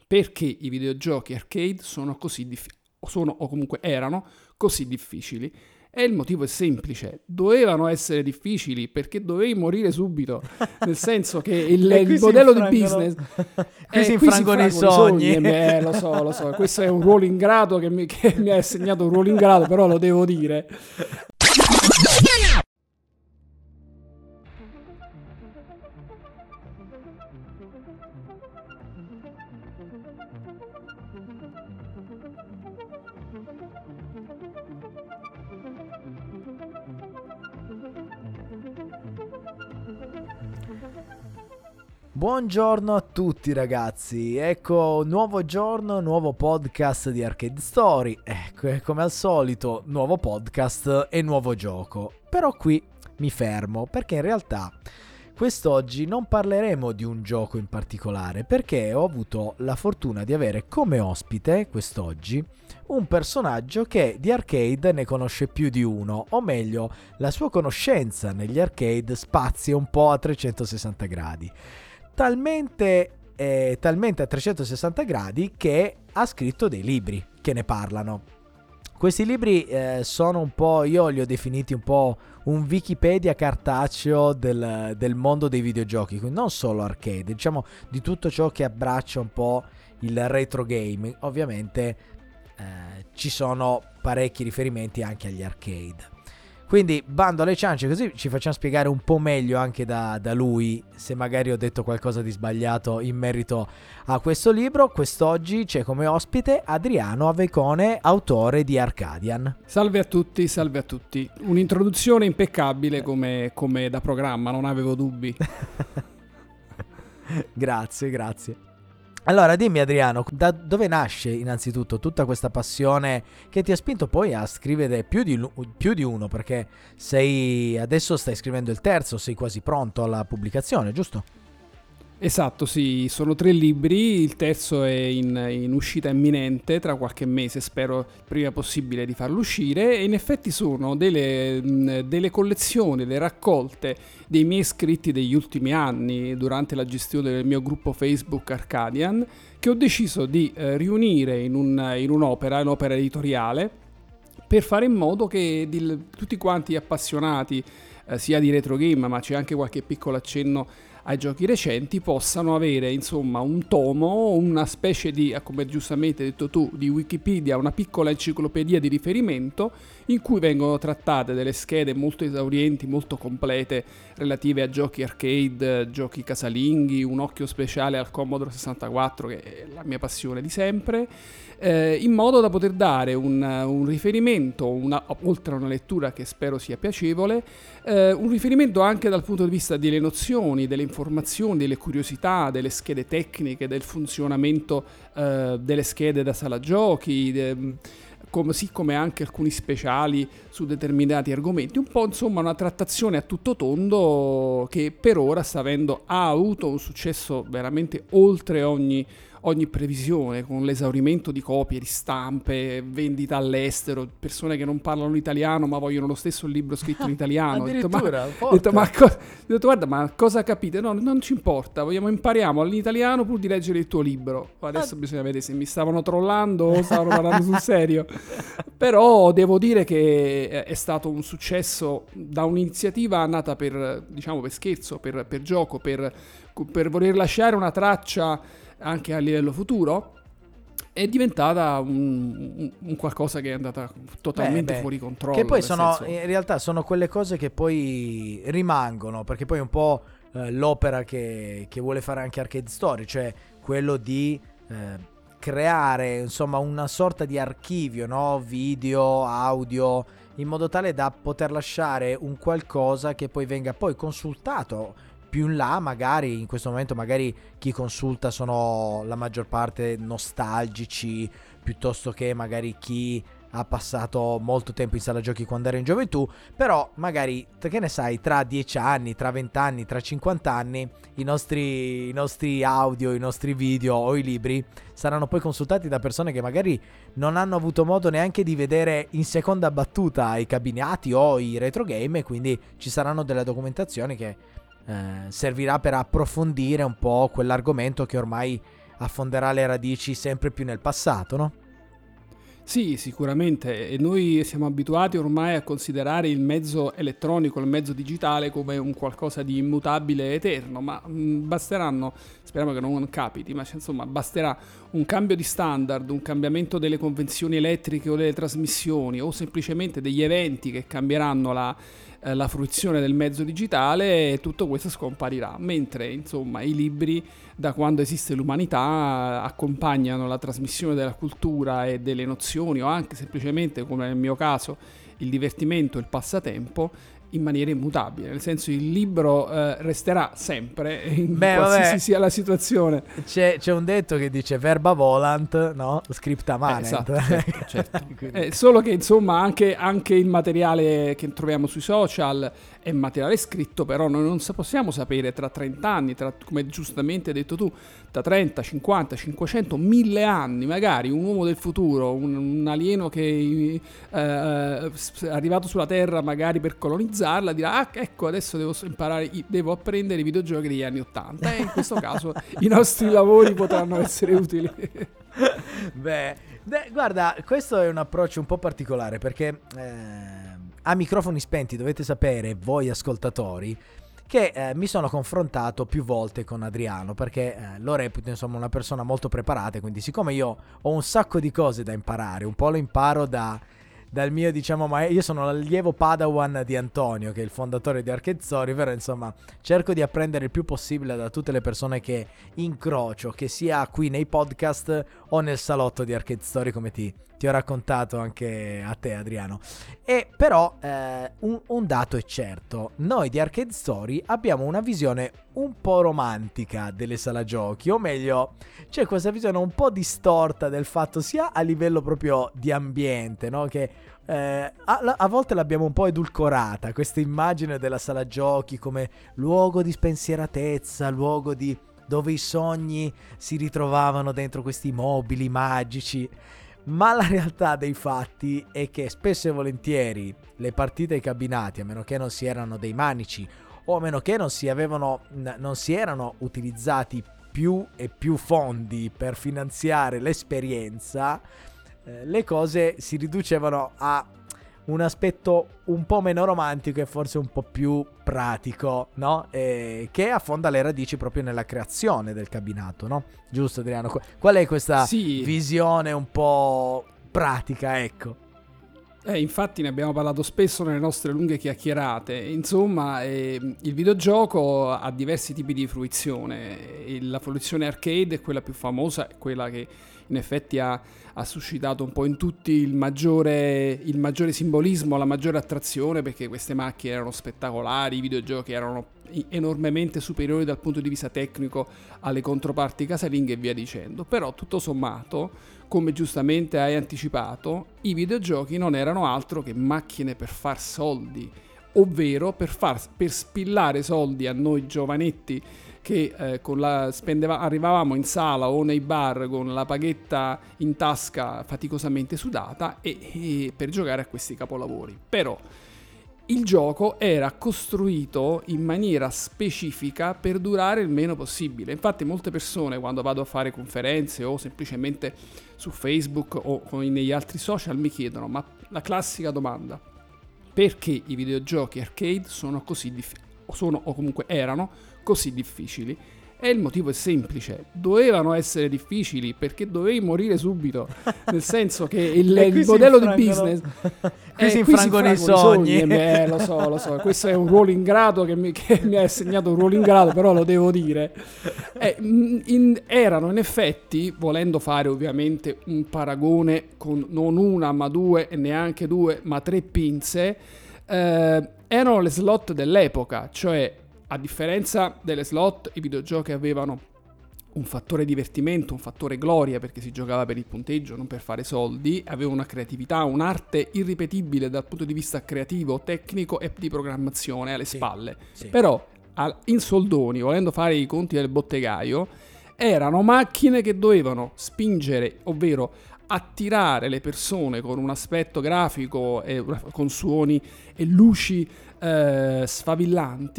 perché i videogiochi arcade sono così o comunque erano così difficili. E il motivo è semplice: dovevano essere difficili perché dovevi morire subito, nel senso che il modello di business qui si infrangono i sogni. Lo so, questo è un ruolo ingrato che mi ha assegnato un ruolo ingrato, però lo devo dire. Buongiorno a tutti ragazzi, ecco, nuovo giorno, nuovo podcast di Arcade Story, ecco, come al solito, nuovo podcast e nuovo gioco. Però qui mi fermo perché in realtà quest'oggi non parleremo di un gioco in particolare, perché ho avuto la fortuna di avere come ospite quest'oggi un personaggio che di arcade ne conosce più di uno, o meglio, la sua conoscenza negli arcade spazia un po' a 360 gradi. Talmente a 360 gradi che ha scritto dei libri che ne parlano. Questi libri sono un po', io li ho definiti un po' un Wikipedia cartaceo del mondo dei videogiochi, quindi non solo arcade, diciamo di tutto ciò che abbraccia un po' il retro gaming. Ovviamente ci sono parecchi riferimenti anche agli arcade. Quindi bando alle ciance, così ci facciamo spiegare un po' meglio anche da lui, se magari ho detto qualcosa di sbagliato in merito a questo libro. Quest'oggi c'è come ospite Adriano Avecone, autore di Arcadian. Salve a tutti. Un'introduzione impeccabile come da programma, non avevo dubbi. Grazie. Allora dimmi Adriano, da dove nasce innanzitutto tutta questa passione che ti ha spinto poi a scrivere più di uno, perché adesso stai scrivendo il terzo, sei quasi pronto alla pubblicazione, giusto? Esatto, sì, sono 3 libri, il terzo è in uscita imminente, tra qualche mese spero prima possibile di farlo uscire, e in effetti sono delle collezioni, delle raccolte dei miei scritti degli ultimi anni durante la gestione del mio gruppo Facebook Arcadian, che ho deciso di riunire in un'opera editoriale, per fare in modo che tutti quanti appassionati sia di retro game, ma c'è anche qualche piccolo accenno ai giochi recenti, possano avere insomma un tomo, una specie di, come giustamente hai detto tu, di Wikipedia, una piccola enciclopedia di riferimento in cui vengono trattate delle schede molto esaurienti, molto complete, relative a giochi arcade, giochi casalinghi, un occhio speciale al Commodore 64, che è la mia passione di sempre, in modo da poter dare un riferimento, oltre a una lettura che spero sia piacevole, un riferimento anche dal punto di vista delle nozioni, delle informazioni, delle curiosità, delle schede tecniche, del funzionamento delle schede da sala giochi, così come anche alcuni speciali su determinati argomenti. Un po' insomma una trattazione a tutto tondo che per ora ha avuto un successo veramente oltre ogni previsione, con l'esaurimento di copie, di stampe, vendita all'estero, persone che non parlano italiano ma vogliono lo stesso libro scritto in italiano. Addirittura, ho detto, guarda, ma cosa capite? No, non ci importa, impariamo l'italiano pur di leggere il tuo libro. Adesso bisogna vedere se mi stavano trollando o stavano parlando sul serio. Però devo dire che è stato un successo da un'iniziativa nata per scherzo, per gioco, per voler lasciare una traccia anche a livello futuro. È diventata un qualcosa che è andata totalmente fuori controllo. Che poi in realtà sono quelle cose che poi rimangono, perché poi un po' l'opera che vuole fare anche Arcade Story, cioè quello di creare insomma una sorta di archivio, no? Video, audio, in modo tale da poter lasciare un qualcosa che poi venga poi consultato più in là. Magari in questo momento magari chi consulta sono la maggior parte nostalgici, piuttosto che magari chi ha passato molto tempo in sala giochi quando era in gioventù. Però magari, che ne sai, tra 10 anni, tra 20 anni, tra 50 anni i nostri audio, i nostri video o i libri saranno poi consultati da persone che magari non hanno avuto modo neanche di vedere in seconda battuta i cabinati o i retro game, e quindi ci saranno delle documentazioni che servirà per approfondire un po' quell'argomento che ormai affonderà le radici sempre più nel passato, no? Sì, sicuramente, e noi siamo abituati ormai a considerare il mezzo elettronico, il mezzo digitale come un qualcosa di immutabile e eterno, ma basteranno, speriamo che non capiti, ma insomma basterà un cambio di standard, un cambiamento delle convenzioni elettriche o delle trasmissioni o semplicemente degli eventi che cambieranno la fruizione del mezzo digitale e tutto questo scomparirà, mentre insomma i libri da quando esiste l'umanità accompagnano la trasmissione della cultura e delle nozioni o anche semplicemente, come nel mio caso, il divertimento, il passatempo in maniera immutabile, nel senso il libro resterà sempre in qualsiasi sia la situazione. C'è un detto che dice verba volant, no? Scripta manent. Esatto, certo. Solo che insomma anche il materiale che troviamo sui social è materiale scritto, però noi non possiamo sapere tra 30 anni, come giustamente hai detto tu, tra 30, 50, 500, 1000 anni, magari un uomo del futuro, un alieno che è arrivato sulla Terra magari per colonizzarla, dirà ecco adesso devo apprendere i videogiochi degli anni 80 e in questo caso i nostri lavori potranno essere utili. Guarda, questo è un approccio un po' particolare perché a microfoni spenti dovete sapere, voi ascoltatori, che mi sono confrontato più volte con Adriano perché lo reputo insomma una persona molto preparata, quindi siccome io ho un sacco di cose da imparare, un po' lo imparo dal mio ma io sono l'allievo Padawan di Antonio, che è il fondatore di Arcade Story, però insomma cerco di apprendere il più possibile da tutte le persone che incrocio, che sia qui nei podcast o nel salotto di Arcade Story, come ti ho raccontato anche a te Adriano. E però un dato è certo, noi di Arcade Story abbiamo una visione un po' romantica delle sala giochi, o meglio c'è questa visione un po' distorta del fatto sia a livello proprio di ambiente, no? Che a volte l'abbiamo un po' edulcorata questa immagine della sala giochi come luogo di spensieratezza, luogo dove i sogni si ritrovavano dentro questi mobili magici. Ma la realtà dei fatti è che spesso e volentieri le partite ai cabinati, a meno che non si erano dei manici o a meno che non si erano utilizzati più e più fondi per finanziare l'esperienza, le cose si riducevano a un aspetto un po' meno romantico e forse un po' più pratico, no? Che affonda le radici proprio nella creazione del cabinato, no? Giusto Adriano? Qual è questa visione un po' pratica, ecco? Infatti ne abbiamo parlato spesso nelle nostre lunghe chiacchierate. Insomma, il videogioco ha diversi tipi di fruizione. La fruizione arcade è quella più famosa, è quella che in effetti ha suscitato un po' in tutti il maggiore simbolismo, la maggiore attrazione, perché queste macchine erano spettacolari, i videogiochi erano enormemente superiori dal punto di vista tecnico alle controparti casalinghe e via dicendo. Però tutto sommato, come giustamente hai anticipato, i videogiochi non erano altro che macchine per far soldi, ovvero per spillare soldi a noi giovanetti che arrivavamo in sala o nei bar con la paghetta in tasca faticosamente sudata e per giocare a questi capolavori. Però il gioco era costruito in maniera specifica per durare il meno possibile. Infatti molte persone, quando vado a fare conferenze o semplicemente su Facebook o negli altri social, mi chiedono, ma la classica domanda, perché i videogiochi arcade sono così o comunque erano così difficili? E il motivo è semplice: dovevano essere difficili perché dovevi morire subito, nel senso che il modello di business qui si infrangono i sogni. Lo so, questo è un ruolo ingrato che mi ha assegnato un ruolo ingrato, però lo devo dire. Erano in effetti, volendo fare ovviamente un paragone con non una ma due e neanche due ma tre pinze, erano le slot dell'epoca, cioè a differenza delle slot, i videogiochi avevano un fattore divertimento, un fattore gloria, perché si giocava per il punteggio, non per fare soldi, aveva una creatività, un'arte irripetibile dal punto di vista creativo, tecnico e di programmazione alle spalle. Sì. Però in soldoni, volendo fare i conti del bottegaio, erano macchine che dovevano spingere, ovvero attirare le persone con un aspetto grafico e con suoni e luci sfavillanti,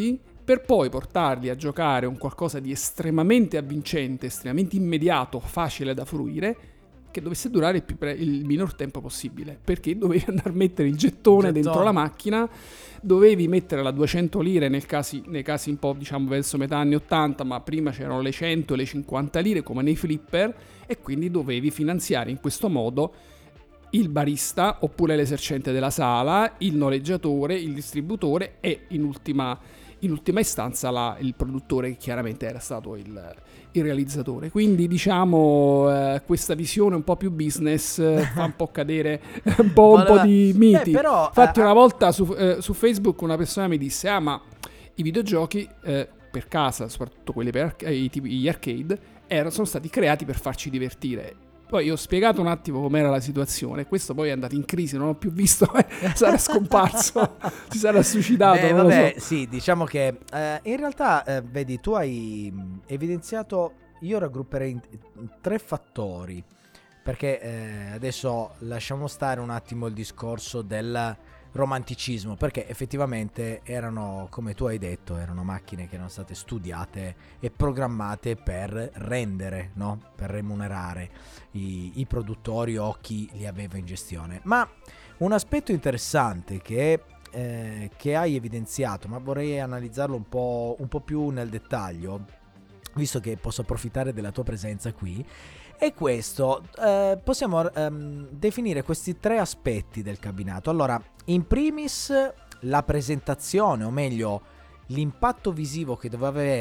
per poi portarli a giocare un qualcosa di estremamente avvincente, estremamente immediato, facile da fruire, che dovesse durare il minor tempo possibile, perché dovevi andare a mettere il gettone dentro la macchina, dovevi mettere la 200 lire nei casi un po', diciamo, verso metà anni 80, ma prima c'erano le 100 e le 50 lire come nei flipper, e quindi dovevi finanziare in questo modo il barista oppure l'esercente della sala, il noleggiatore, il distributore e in ultima istanza il produttore, che chiaramente era stato il realizzatore. Quindi diciamo questa visione un po' più business fa un po' cadere un po' di miti. Però, infatti una volta su Facebook una persona mi disse: ma i videogiochi per casa, soprattutto quelli per gli arcade, sono stati creati per farci divertire. Poi io ho spiegato un attimo com'era la situazione, questo poi è andato in crisi, non ho più visto, sarà scomparso, si sarà suicidato. Non lo so. Sì, diciamo che in realtà, vedi, tu hai evidenziato, io raggrupperei in 3 fattori, perché adesso lasciamo stare un attimo il discorso del romanticismo, perché effettivamente erano, come tu hai detto, erano macchine che erano state studiate e programmate per rendere, no? Per remunerare i produttori o chi li aveva in gestione. Ma un aspetto interessante che hai evidenziato, ma vorrei analizzarlo un po' più nel dettaglio, visto che posso approfittare della tua presenza qui, è questo. Possiamo definire questi 3 aspetti del cabinato. Allora, in primis la presentazione, o meglio l'impatto visivo che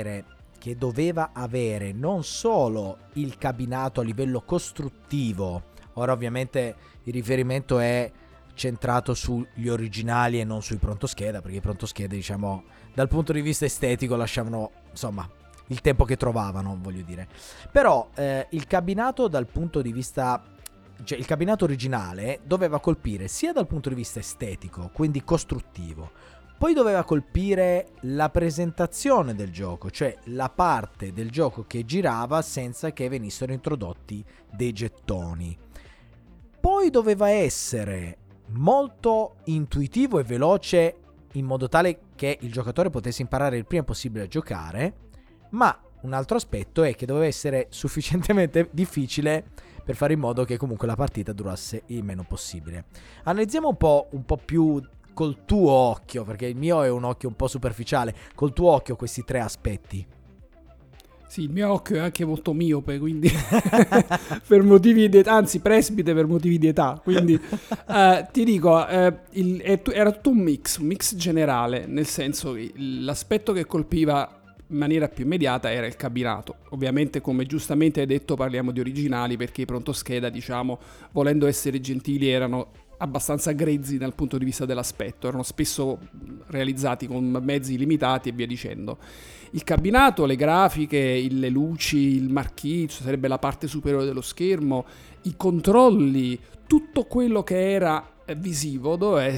doveva avere non solo il cabinato a livello costruttivo. Ora ovviamente il riferimento è centrato sugli originali e non sui prontoscheda, perché i prontoscheda, diciamo, dal punto di vista estetico lasciavano, insomma, il tempo che trovavano, voglio dire. Però il cabinato dal punto di vista, cioè il cabinato originale doveva colpire sia dal punto di vista estetico, quindi costruttivo, poi doveva colpire la presentazione del gioco, cioè la parte del gioco che girava senza che venissero introdotti dei gettoni. Poi doveva essere molto intuitivo e veloce, in modo tale che il giocatore potesse imparare il prima possibile a giocare. Ma un altro aspetto è che doveva essere sufficientemente difficile per fare in modo che comunque la partita durasse il meno possibile. Analizziamo un po' più col tuo occhio, perché il mio è un occhio un po' superficiale, col tuo occhio questi 3 aspetti. Sì, il mio occhio è anche molto miope, quindi per motivi di età, anzi presbite per motivi di età, quindi ti dico, era tutto un mix generale, nel senso che l'aspetto che colpiva in maniera più immediata era il cabinato. Ovviamente, come giustamente hai detto, parliamo di originali, perché i prontoscheda, diciamo, volendo essere gentili, erano abbastanza grezzi dal punto di vista dell'aspetto, erano spesso realizzati con mezzi limitati e via dicendo. Il cabinato, le grafiche, le luci, il marquee, cioè sarebbe la parte superiore dello schermo, i controlli, tutto quello che era visivo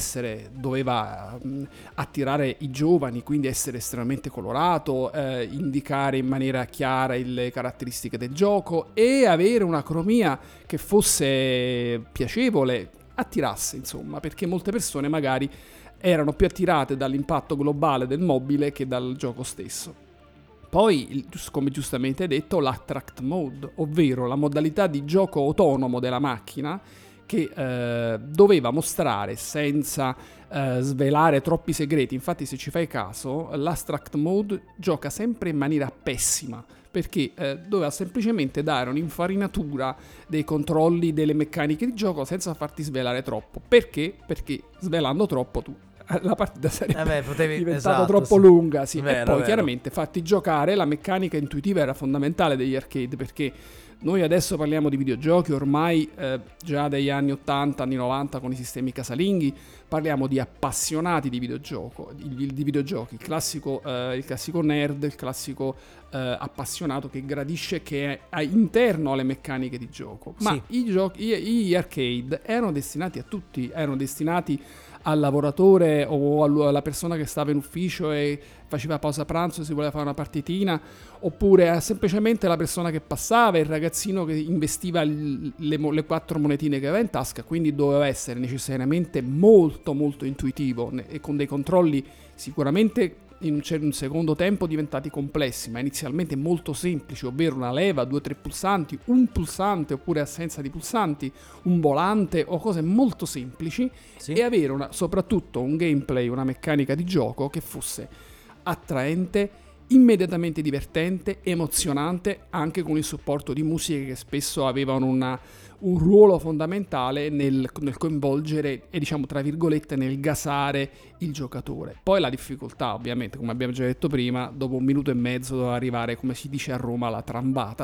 doveva attirare i giovani, quindi essere estremamente colorato, indicare in maniera chiara le caratteristiche del gioco e avere una cromia che fosse piacevole, attirasse, insomma, perché molte persone magari erano più attirate dall'impatto globale del mobile che dal gioco stesso. Poi, come giustamente hai detto, l'attract mode, ovvero la modalità di gioco autonomo della macchina, che doveva mostrare senza svelare troppi segreti. Infatti, se ci fai caso, l'attract mode gioca sempre in maniera pessima, perché doveva semplicemente dare un'infarinatura dei controlli, delle meccaniche di gioco senza farti svelare troppo. Perché? Perché svelando troppo la partita sarebbe diventata troppo lunga, sì. Vero, e poi vero. chiaramente fatti giocare, la meccanica intuitiva era fondamentale degli arcade, perché noi adesso parliamo di videogiochi ormai già dagli anni 80, anni 90 con i sistemi casalinghi, parliamo di appassionati di videogiochi, il classico nerd, il classico appassionato che gradisce, che è interno alle meccaniche di gioco. Ma sì, gli arcade erano destinati a tutti, erano destinati al lavoratore o alla persona che stava in ufficio e faceva pausa pranzo e si voleva fare una partitina, oppure semplicemente la persona che passava, il ragazzino che investiva le 4 monetine che aveva in tasca. Quindi doveva essere necessariamente molto molto intuitivo e con dei controlli sicuramente in un secondo tempo diventati complessi, ma inizialmente molto semplici, ovvero una leva, 2-3 pulsanti, un pulsante oppure assenza di pulsanti, un volante o cose molto semplici, Sì. e avere soprattutto un gameplay, una meccanica di gioco che fosse attraente, immediatamente divertente, emozionante, anche con il supporto di musiche che spesso avevano un ruolo fondamentale nel coinvolgere e, diciamo, tra virgolette, nel gasare il giocatore. Poi la difficoltà, ovviamente, come abbiamo già detto prima, dopo 1 minuto e mezzo doveva arrivare, come si dice a Roma, la trambata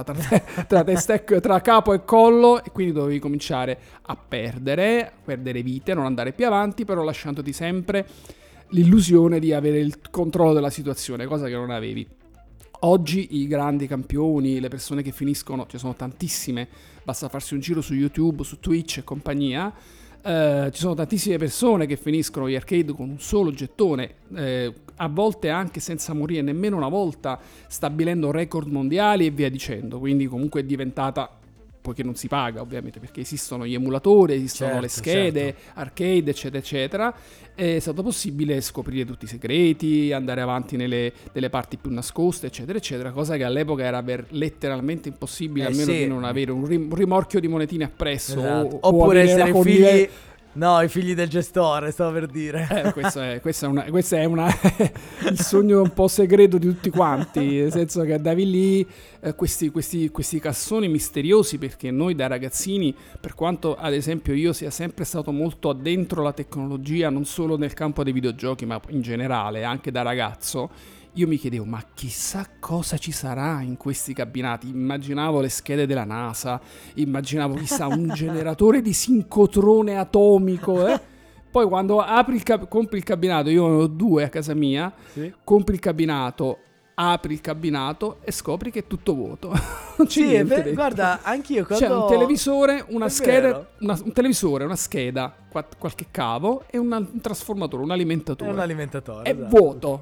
tra capo e collo, e quindi dovevi cominciare a perdere vite, non andare più avanti, però lasciandoti sempre l'illusione di avere il controllo della situazione, cosa che non avevi. Oggi i grandi campioni, le persone che finiscono, ci sono tantissime, basta farsi un giro su YouTube, su Twitch e compagnia, ci sono tantissime persone che finiscono gli arcade con un solo gettone, a volte anche senza morire nemmeno una volta, stabilendo record mondiali e via dicendo, quindi comunque è diventata, poiché non si paga ovviamente, perché esistono gli emulatori, esistono le schede, arcade, eccetera, eccetera, è stato possibile scoprire tutti i segreti, andare avanti nelle parti più nascoste, eccetera, eccetera, cosa che all'epoca era letteralmente impossibile, almeno di non avere un rimorchio di monetine appresso, esatto. Oppure essere figli... No, i figli del gestore, stavo per dire. Questo è il sogno un po' segreto di tutti quanti, nel senso che andavi lì, questi cassoni misteriosi, perché noi da ragazzini, per quanto ad esempio io sia sempre stato molto addentro la tecnologia, non solo nel campo dei videogiochi, ma in generale, anche da ragazzo, io mi chiedevo, ma chissà cosa ci sarà in questi cabinati. Immaginavo le schede della NASA, immaginavo chissà un generatore di sincotrone atomico, Poi quando compri il cabinato, io ne ho 2 a casa mia, sì. Compri il cabinato, apri il cabinato e scopri che è tutto vuoto. Non c'è niente. Guarda, anch'io quando... C'è un televisore, una scheda, un televisore, una scheda, qualche cavo e un trasformatore, un alimentatore. È esatto. Vuoto.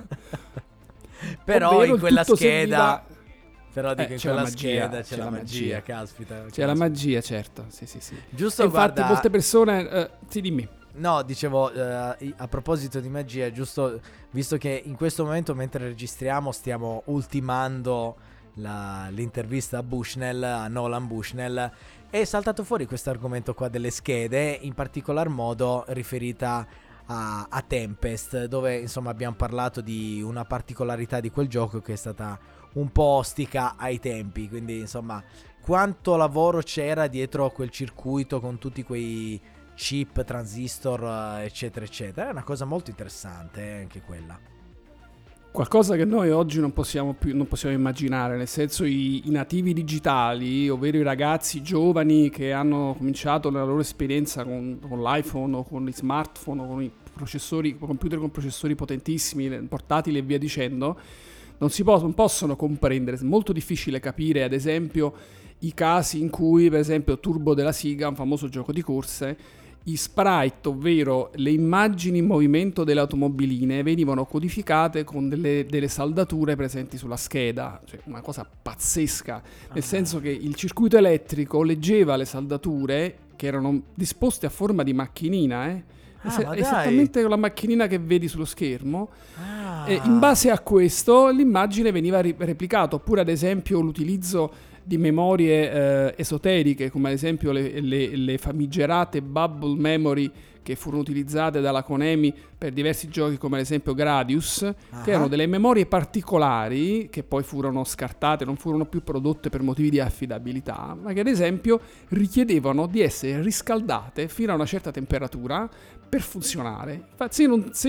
Però ovvero in quella scheda... serviva... Però dico, in quella scheda c'è la magia, caspita. C'è la magia, certo. Sì. Giusto, infatti molte persone... sì, dimmi. No, dicevo, a proposito di magia, giusto, visto che in questo momento, mentre registriamo, stiamo ultimando l'intervista a Nolan Bushnell, è saltato fuori questo argomento qua delle schede, in particolar modo riferita a Tempest, dove insomma abbiamo parlato di una particolarità di quel gioco che è stata un po' ostica ai tempi, quindi insomma quanto lavoro c'era dietro quel circuito con tutti quei chip, transistor, eccetera eccetera. È una cosa molto interessante, anche quella. Qualcosa che noi oggi non possiamo immaginare, nel senso i nativi digitali, ovvero i ragazzi giovani che hanno cominciato la loro esperienza con l'iPhone o con i smartphone o con i computer con processori potentissimi, portatili e via dicendo, non possono comprendere. È molto difficile capire, ad esempio, i casi in cui, per esempio, Turbo della Siga, un famoso gioco di corse, i sprite, ovvero le immagini in movimento delle automobiline, venivano codificate con delle saldature presenti sulla scheda, cioè una cosa pazzesca, nel senso che il circuito elettrico leggeva le saldature che erano disposte a forma di macchinina, esattamente con la macchinina che vedi sullo schermo, e in base a questo l'immagine veniva replicata, oppure ad esempio l'utilizzo di memorie esoteriche, come ad esempio le famigerate bubble memory che furono utilizzate dalla Konami per diversi giochi, come ad esempio Gradius, che erano delle memorie particolari che poi furono scartate, non furono più prodotte per motivi di affidabilità, ma che ad esempio richiedevano di essere riscaldate fino a una certa temperatura per funzionare. Infatti,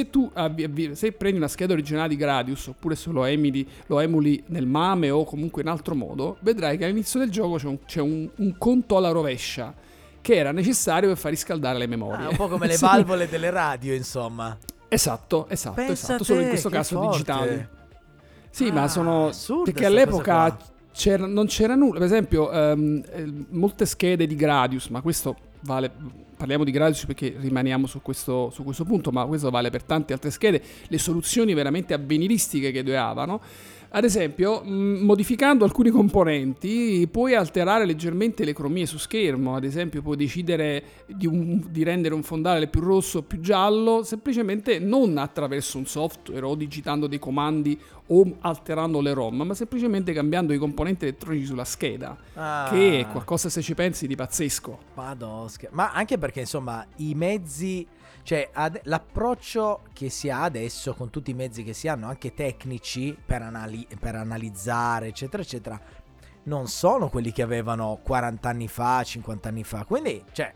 se prendi una scheda originale di Gradius, oppure se lo emuli nel MAME o comunque in altro modo, vedrai che all'inizio del gioco c'è un conto alla rovescia che era necessario per far riscaldare le memorie. Un po' come le valvole delle radio, insomma. Esatto, solo in questo caso forte. Digitali. Sì, ma sono... perché all'epoca non c'era nulla. Per esempio, molte schede di Gradius, ma questo vale... Parliamo di Gradius perché rimaniamo su questo punto, ma questo vale per tante altre schede. Le soluzioni veramente avveniristiche che due avevano Ad esempio, modificando alcuni componenti puoi alterare leggermente le cromie su schermo. Ad esempio, puoi decidere di rendere un fondale più rosso o più giallo semplicemente non attraverso un software o digitando dei comandi o alterando le ROM, ma semplicemente cambiando i componenti elettronici sulla scheda, che è qualcosa, se ci pensi, di pazzesco. Ma anche perché, insomma, i mezzi... Cioè, l'approccio che si ha adesso con tutti i mezzi che si hanno, anche tecnici, per analizzare, eccetera, eccetera, non sono quelli che avevano 40 anni fa, 50 anni fa. Quindi, cioè,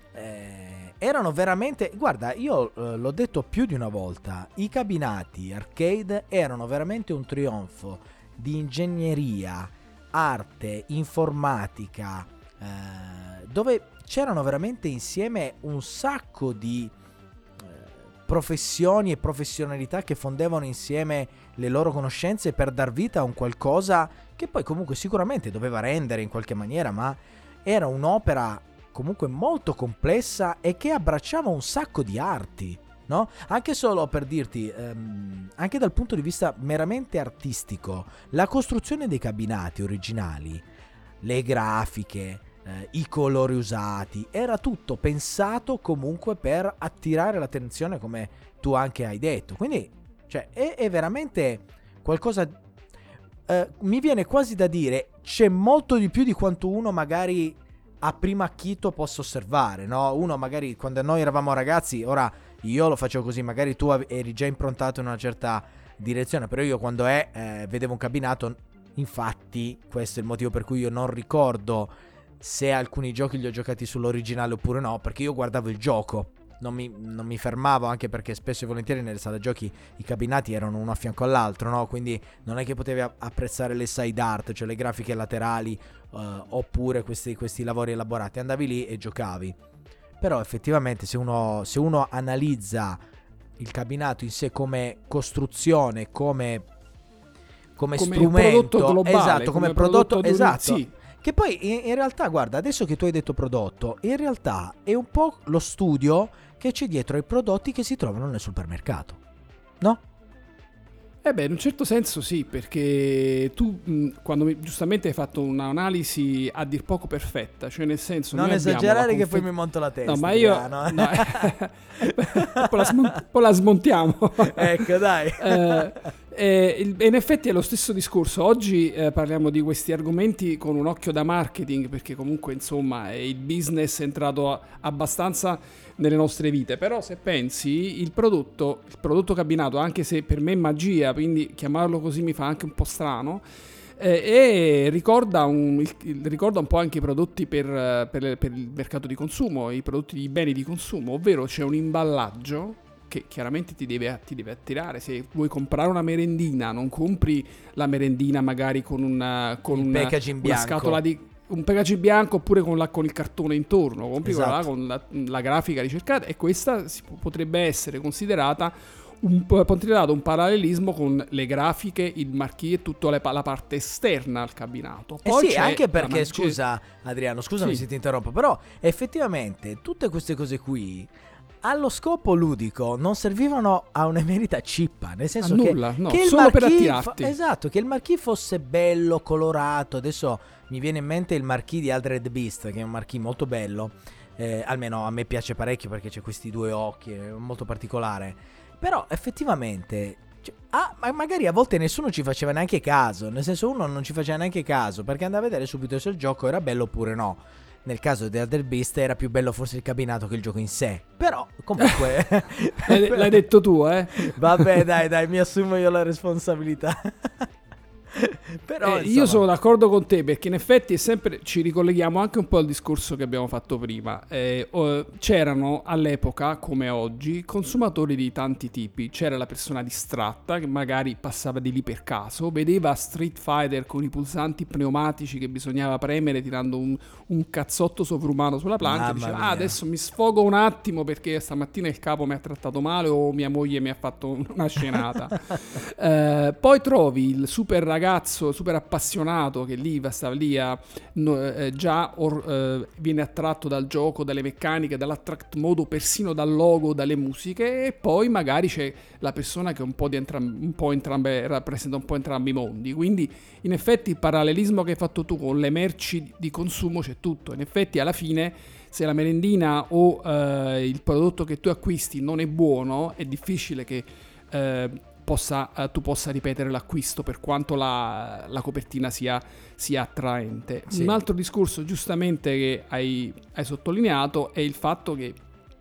erano veramente... Guarda, io l'ho detto più di una volta, i cabinati arcade erano veramente un trionfo di ingegneria, arte, informatica, dove c'erano veramente insieme un sacco di professioni e professionalità che fondevano insieme le loro conoscenze per dar vita a un qualcosa che poi comunque sicuramente doveva rendere in qualche maniera, ma era un'opera comunque molto complessa e che abbracciava un sacco di arti, no? Anche solo per dirti, anche dal punto di vista meramente artistico, la costruzione dei cabinati originali, le grafiche, i colori usati, era tutto pensato comunque per attirare l'attenzione, come tu anche hai detto. Quindi, cioè, è veramente qualcosa, mi viene quasi da dire, c'è molto di più di quanto uno magari a primo acchito possa osservare, no? Uno magari quando noi eravamo ragazzi, ora io lo facevo così, magari tu eri già improntato in una certa direzione, però io quando vedevo un cabinato, infatti questo è il motivo per cui io non ricordo se alcuni giochi li ho giocati sull'originale oppure no, perché io guardavo il gioco, non mi fermavo, anche perché spesso e volentieri nelle sale giochi i cabinati erano uno a fianco all'altro, no? Quindi non è che potevi apprezzare le side art, cioè le grafiche laterali, oppure questi lavori elaborati, andavi lì e giocavi. Però effettivamente se uno analizza il cabinato in sé come costruzione, come strumento prodotto globale, esatto, come prodotto esatto, sì. Che poi in realtà, guarda, adesso che tu hai detto prodotto, in realtà è un po' lo studio che c'è dietro ai prodotti che si trovano nel supermercato, no? In un certo senso sì, perché tu quando giustamente hai fatto un'analisi a dir poco perfetta, cioè nel senso... Non esagerare che poi mi monto la testa. No, ma io... No. No, poi la smontiamo. Ecco, dai. E in effetti è lo stesso discorso. Oggi parliamo di questi argomenti con un occhio da marketing, perché comunque insomma il business è entrato abbastanza nelle nostre vite. Però se pensi, il prodotto cabinato, anche se per me è magia, quindi chiamarlo così mi fa anche un po' strano, e ricorda un po' anche i prodotti per il mercato di consumo, i prodotti di beni di consumo, ovvero c'è un imballaggio che chiaramente ti deve attirare. Se vuoi comprare una merendina, non compri la merendina magari con una packaging bianco, scatola di un packaging bianco, oppure con il cartone intorno, compri esatto, con la grafica ricercata, e questa potrebbe essere considerata un parallelismo con le grafiche, il marchio e tutta la parte esterna al cabinato. Poi sì, anche perché, scusa Adriano, scusami se ti interrompo, però effettivamente tutte queste cose qui allo scopo ludico non servivano a un'emerita cippa, nel senso che il solo per attirarti. Esatto, che il marchio fosse bello, colorato. Adesso mi viene in mente il marchio di Altered Beast, che è un marchio molto bello, almeno a me piace parecchio perché c'è questi due occhi, è molto particolare. Però effettivamente magari a volte nessuno ci faceva neanche caso, nel senso, uno non ci faceva neanche caso perché andava a vedere subito se il gioco era bello oppure no. Nel caso di Altered Beast era più bello forse il cabinato che il gioco in sé. Però comunque l'hai detto tu, Vabbè, dai, mi assumo io la responsabilità. Però io sono d'accordo con te, perché in effetti ci ricolleghiamo anche un po' al discorso che abbiamo fatto prima. C'erano all'epoca, come oggi, consumatori di tanti tipi. C'era la persona distratta che magari passava di lì per caso, vedeva Street Fighter con i pulsanti pneumatici che bisognava premere tirando un cazzotto sovrumano sulla plancia, e diceva adesso mi sfogo un attimo perché stamattina il capo mi ha trattato male o mia moglie mi ha fatto una scenata. Poi trovi il super ragazzo super appassionato che sta lì viene attratto dal gioco, dalle meccaniche, dall'attract mode, persino dal logo, dalle musiche, e poi magari c'è la persona che rappresenta un po' entrambi i mondi. Quindi in effetti il parallelismo che hai fatto tu con le merci di consumo c'è tutto. In effetti alla fine, se la merendina o il prodotto che tu acquisti non è buono, è difficile che tu possa ripetere l'acquisto, per quanto la copertina sia attraente. Sì. Un altro discorso giustamente che hai sottolineato è il fatto che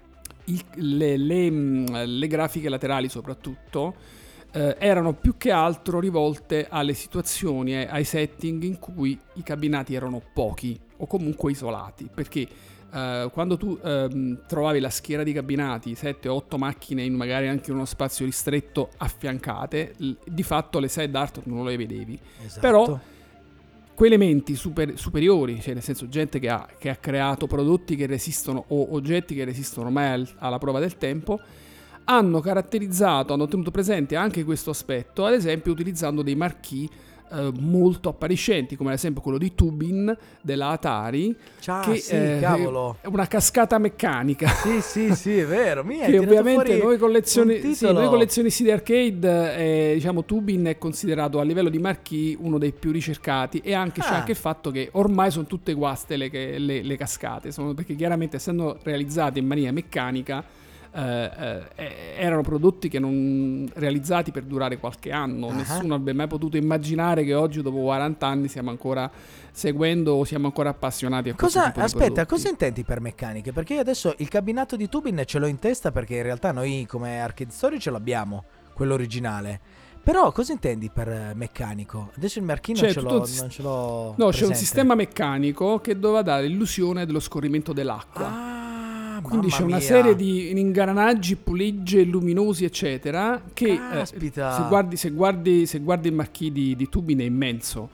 le grafiche laterali soprattutto erano più che altro rivolte alle situazioni, ai setting in cui i cabinati erano pochi o comunque isolati, perché quando tu trovavi la schiera di cabinati, 7-8 macchine magari anche in uno spazio ristretto affiancate, di fatto le side art non le vedevi. Esatto. Però quei elementi superiori, cioè nel senso gente che ha creato prodotti che resistono o oggetti che resistono ormai alla prova del tempo, hanno tenuto presente anche questo aspetto, ad esempio utilizzando dei marquee molto appariscenti, come ad esempio quello di Tubin della Atari, che cavolo, è una cascata meccanica. Sì, è vero. Che ovviamente noi collezionisti di arcade, diciamo Tubin è considerato a livello di marquee uno dei più ricercati, e anche c'è anche il fatto che ormai sono tutte guaste le cascate, perché chiaramente essendo realizzate in maniera meccanica erano prodotti che non realizzati per durare qualche anno. Nessuno avrebbe mai potuto immaginare che oggi, dopo 40 anni, stiamo ancora seguendo o siamo ancora appassionati a questo tipo di prodotti. Cosa intendi per meccaniche? Perché io adesso il cabinato di Tubin ce l'ho in testa, perché in realtà noi come Arcade Story ce l'abbiamo, quello originale. Però cosa intendi per meccanico? Adesso il marchino non ce l'ho No, presente. c'è un sistema meccanico che doveva dare l'illusione dello scorrimento dell'acqua. Quindi c'è una serie di ingranaggi, pulegge luminosi, eccetera, che se guardi il marchee di Tubin è immenso.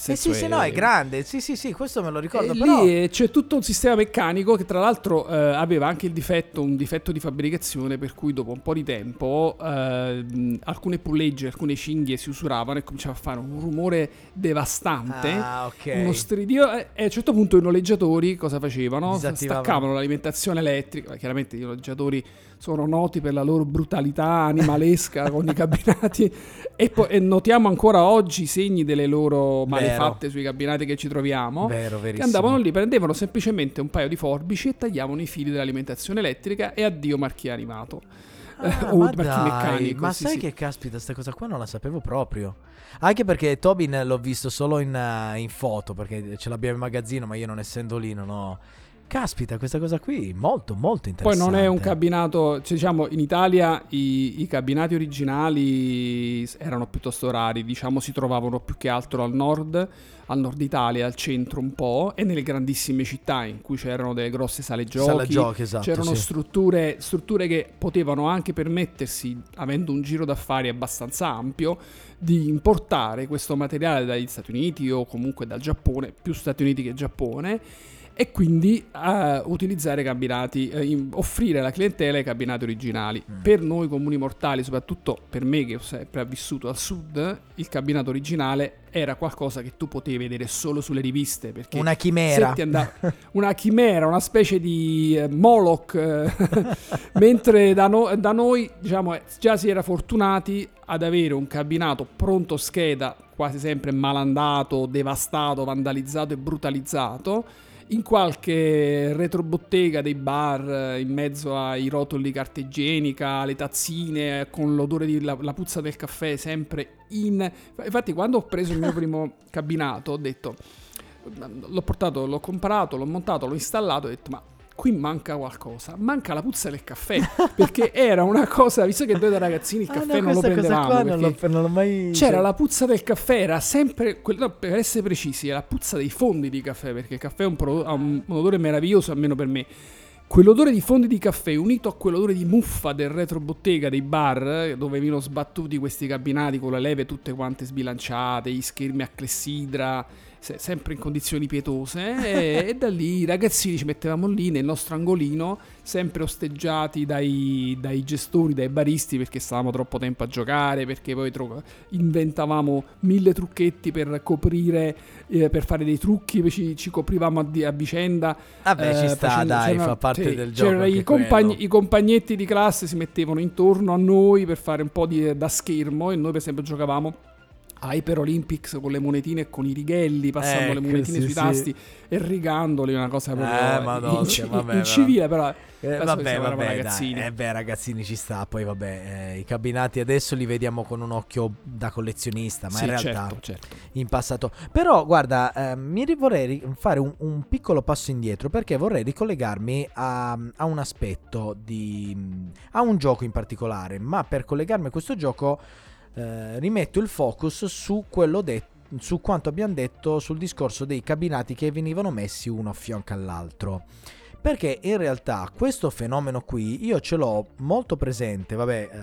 È grande. Sì, questo me lo ricordo. Però lì c'è tutto un sistema meccanico che tra l'altro aveva anche un difetto di fabbricazione, per cui dopo un po' di tempo alcune pulegge, alcune cinghie si usuravano e cominciava a fare un rumore devastante, uno stridio, e a un certo punto i noleggiatori cosa facevano? Staccavano l'alimentazione elettrica. Chiaramente i noleggiatori sono noti per la loro brutalità animalesca con i cabinati, e notiamo ancora oggi i segni delle loro malefatte sui cabinati che ci troviamo. Che andavano lì, prendevano semplicemente un paio di forbici e tagliavano i fili dell'alimentazione elettrica, e addio marchio animato o marchio meccanico. Ma sai che caspita, sta cosa qua non la sapevo proprio. Anche perché Tobin l'ho visto solo in foto, perché ce l'abbiamo in magazzino, ma io non essendo lì non ho... Caspita, questa cosa qui molto molto interessante. Poi non è un cabinato, diciamo, in Italia i cabinati originali erano piuttosto rari, diciamo, si trovavano più che altro al nord Italia, al centro un po', e nelle grandissime città in cui c'erano delle grosse sale giochi, esatto, c'erano strutture che potevano anche permettersi, avendo un giro d'affari abbastanza ampio, di importare questo materiale dagli Stati Uniti o comunque dal Giappone, più Stati Uniti che Giappone, e quindi utilizzare cabinati, offrire alla clientela i cabinati originali. Per noi comuni mortali, soprattutto per me che ho sempre vissuto al sud, il cabinato originale era qualcosa che tu potevi vedere solo sulle riviste, perché una chimera, una specie di Moloch, mentre da noi, diciamo, già si era fortunati ad avere un cabinato pronto scheda, quasi sempre malandato, devastato, vandalizzato e brutalizzato, in qualche retrobottega dei bar, in mezzo ai rotoli di carta igienica, le tazzine, con l'odore la puzza del caffè sempre Infatti quando ho preso il mio primo cabinato ho detto, l'ho comprato, l'ho montato, l'ho installato, ho detto ma qui manca qualcosa, manca la puzza del caffè, perché era una cosa, visto che noi da ragazzini il caffè non lo prendevamo, non l'ho mai... c'era la puzza del caffè, era sempre per essere precisi, la puzza dei fondi di caffè, perché il caffè ha un odore meraviglioso, almeno per me. Quell'odore di fondi di caffè unito a quell'odore di muffa del retrobottega dei bar, dove venivano sbattuti questi cabinati con le leve tutte quante sbilanciate, gli schermi a clessidra, sempre in condizioni pietose, e da lì i ragazzini ci mettevamo lì nel nostro angolino, sempre osteggiati dai gestori, dai baristi, perché stavamo troppo tempo a giocare, perché poi inventavamo 1000 trucchetti per coprire, per fare dei trucchi, poi ci coprivamo a vicenda. Vabbè, ci sta, dai, fa parte del gioco. I compagnetti di classe si mettevano intorno a noi per fare un po' da schermo, e noi per esempio giocavamo Hyper Olympics con le monetine e con i righelli, passando le monetine sui tasti e rigandoli, una cosa proprio incivile, però vabbè, ragazzini. Ragazzini, ci sta. Poi vabbè, i cabinati adesso li vediamo con un occhio da collezionista, ma in realtà certo. In passato. Però guarda, vorrei fare un piccolo passo indietro, perché vorrei ricollegarmi a un aspetto a un gioco in particolare, ma per collegarmi a questo gioco rimetto il focus su su quanto abbiamo detto sul discorso dei cabinati che venivano messi uno a fianco all'altro, perché in realtà questo fenomeno qui io ce l'ho molto presente.